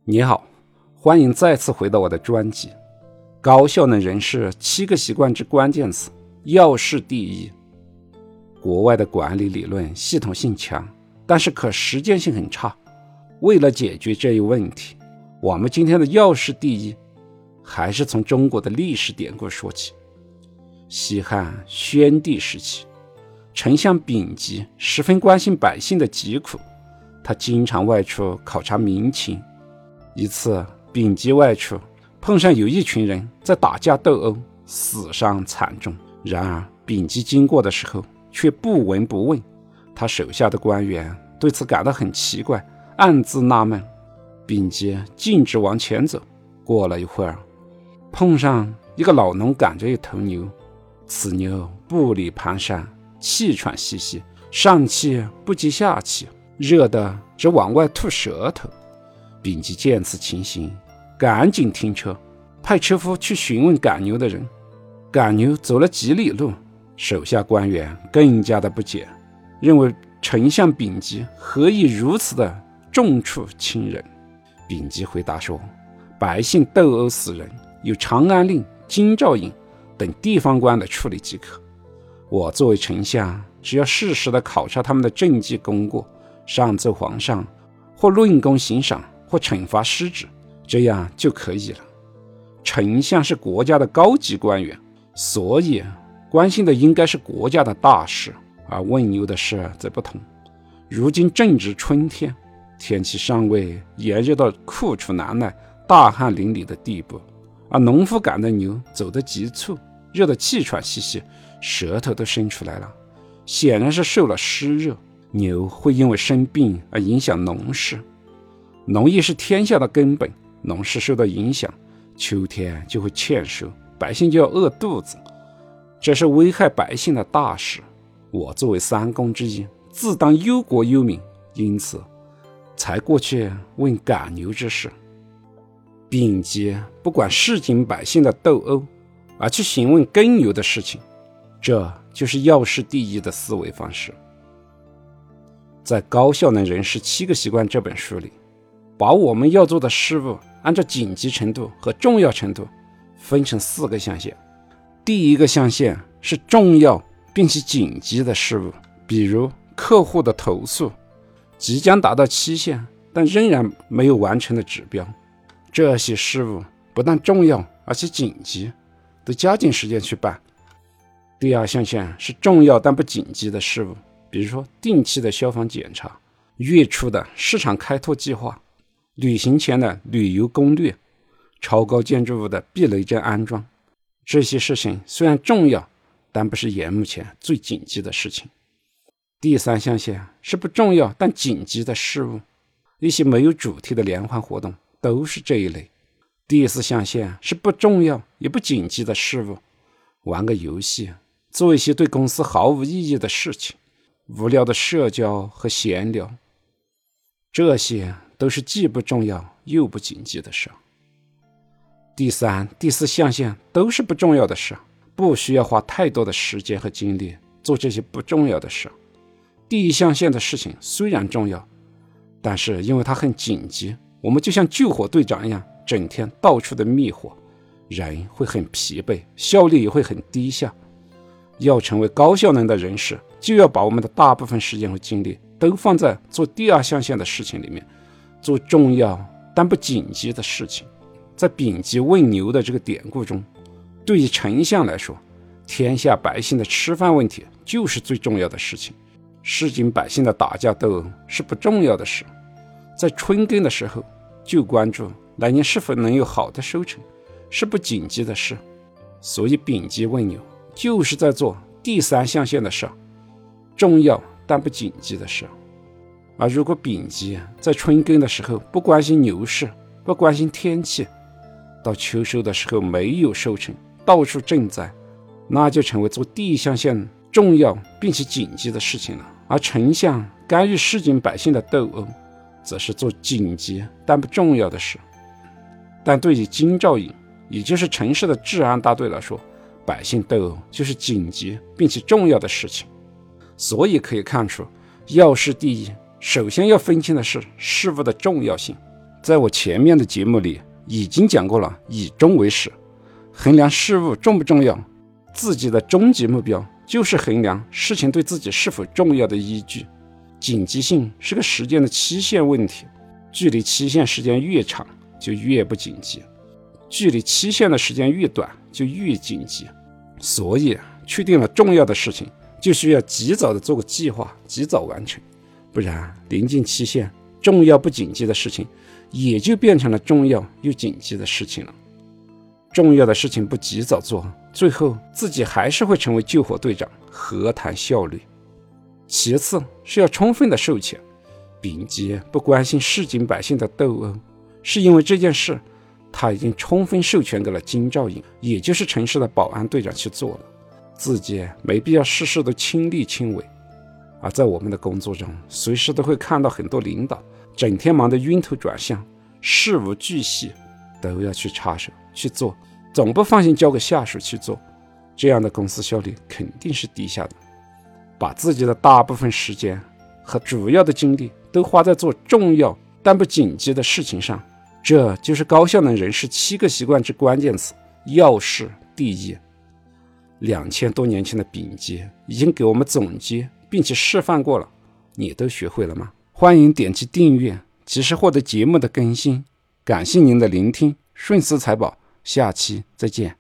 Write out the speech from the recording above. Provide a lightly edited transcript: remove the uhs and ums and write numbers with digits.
你好，欢迎再次回到我的专辑《高效能人士7个习惯之关键词》，要事第一。国外的管理理论系统性强，但是可实践性很差。为了解决这一问题，我们今天的要事第一还是从中国的历史典故说起。西汉宣帝时期，丞相丙吉十分关心百姓的疾苦，他经常外出考察民情。一次，丙吉外出，碰上有一群人在打架斗殴，死伤惨重。然而丙吉经过的时候却不闻不问，他手下的官员对此感到很奇怪，暗自纳闷。丙吉径直往前走，过了一会儿，碰上一个老农赶着一头牛，此牛步履蹒跚，气喘吁吁，上气不接下气，热得只往外吐舌头。丙吉见此情形，赶紧停车，派车夫去询问赶牛的人。赶牛走了几里路，手下官员更加的不解，认为丞相丙吉何以如此的重处轻人。丙吉回答说，百姓斗殴死人，有长安令、京兆尹等地方官来处理即可。我作为丞相，只要适时的考察他们的政绩功过，上奏皇上，或论功行赏，或惩罚失职，这样就可以了。丞相是国家的高级官员，所以关心的应该是国家的大事，而问牛的事则不同。如今正值春天，天气尚未炎热到酷暑难耐、大汗淋漓的地步，而农夫赶的牛走得急促，热得气喘吁吁，舌头都伸出来了，显然是受了湿热。牛会因为生病而影响农事，农业是天下的根本，农事受到影响，秋天就会欠收，百姓就要饿肚子，这是危害百姓的大事。我作为三公之一，自当忧国忧民，因此才过去问赶牛之事。丙吉不管市井百姓的斗殴，而去询问耕牛的事情，这就是要事第一的思维方式。在《高效能人士7个习惯》这本书里，把我们要做的事物按照紧急程度和重要程度分成4个象限。第一个象限是重要并且紧急的事物，比如客户的投诉，即将达到期限但仍然没有完成的指标，这些事物不但重要而且紧急，得加紧时间去办。第二象限是重要但不紧急的事物，比如说定期的消防检查，月初的市场开拓计划，旅行前的旅游攻略，超高建筑物的避雷针安装。这些事情虽然重要，但不是眼目前最紧急的事情。第三象限是不重要但紧急的事物，一些没有主题的联欢活动都是这一类。第四象限是不重要也不紧急的事物，玩个游戏，做一些对公司毫无意义的事情，无聊的社交和闲聊，这些都是既不重要又不紧急的事。第三、第四象限都是不重要的事，不需要花太多的时间和精力做这些不重要的事。第一象限的事情虽然重要，但是因为它很紧急，我们就像救火队长一样，整天到处的灭火，人会很疲惫，效率也会很低下。要成为高效能的人士，就要把我们的大部分时间和精力都放在做第二象限的事情里面，做重要但不紧急的事情。在丙吉问牛的这个典故中，对于丞相来说，天下百姓的吃饭问题就是最重要的事情，市井百姓的打架斗殴是不重要的事。在春耕的时候，就关注来年是否能有好的收成，是不紧急的事。所以丙吉问牛就是在做第三象限的事，重要但不紧急的事。而如果丙吉在春耕的时候不关心牛市，不关心天气，到秋收的时候没有收成，到处赈灾，那就成为做第一象限重要并且紧急的事情了。而丞相干预市井百姓的斗殴，则是做紧急但不重要的事。但对于京兆尹，也就是城市的治安大队来说，百姓斗殴就是紧急并且重要的事情。所以可以看出，要事第一，首先要分清的是事物的重要性， 在我前面的节目里已经讲过了，以终为始，衡量事物重不重要，自己的终极目标就是衡量事情对自己是否重要的依据。紧急性是个时间的期限问题，距离期限时间越长就越不紧急，距离期限的时间越短就越紧急。所以确定了重要的事情，就需要及早的做个计划，及早完成，不然临近期限，重要不紧急的事情也就变成了重要又紧急的事情了。重要的事情不及早做，最后自己还是会成为救火队长，何谈效率？其次是要充分的授权。丙吉不关心市井百姓的斗殴，是因为这件事他已经充分授权给了金兆尹，也就是城市的保安队长去做了，自己没必要事事都亲力亲为。而在我们的工作中，随时都会看到很多领导整天忙得晕头转向，事无巨细都要去插手去做，总不放心交给下属去做，这样的公司效率肯定是低下的。把自己的大部分时间和主要的精力都花在做重要但不紧急的事情上，这就是高效能人士7个习惯之关键词，要事第一。2000多年前的丙吉已经给我们总结并且示范过了，你都学会了吗？欢迎点击订阅，及时获得节目的更新。感谢您的聆听，顺思财宝，下期再见。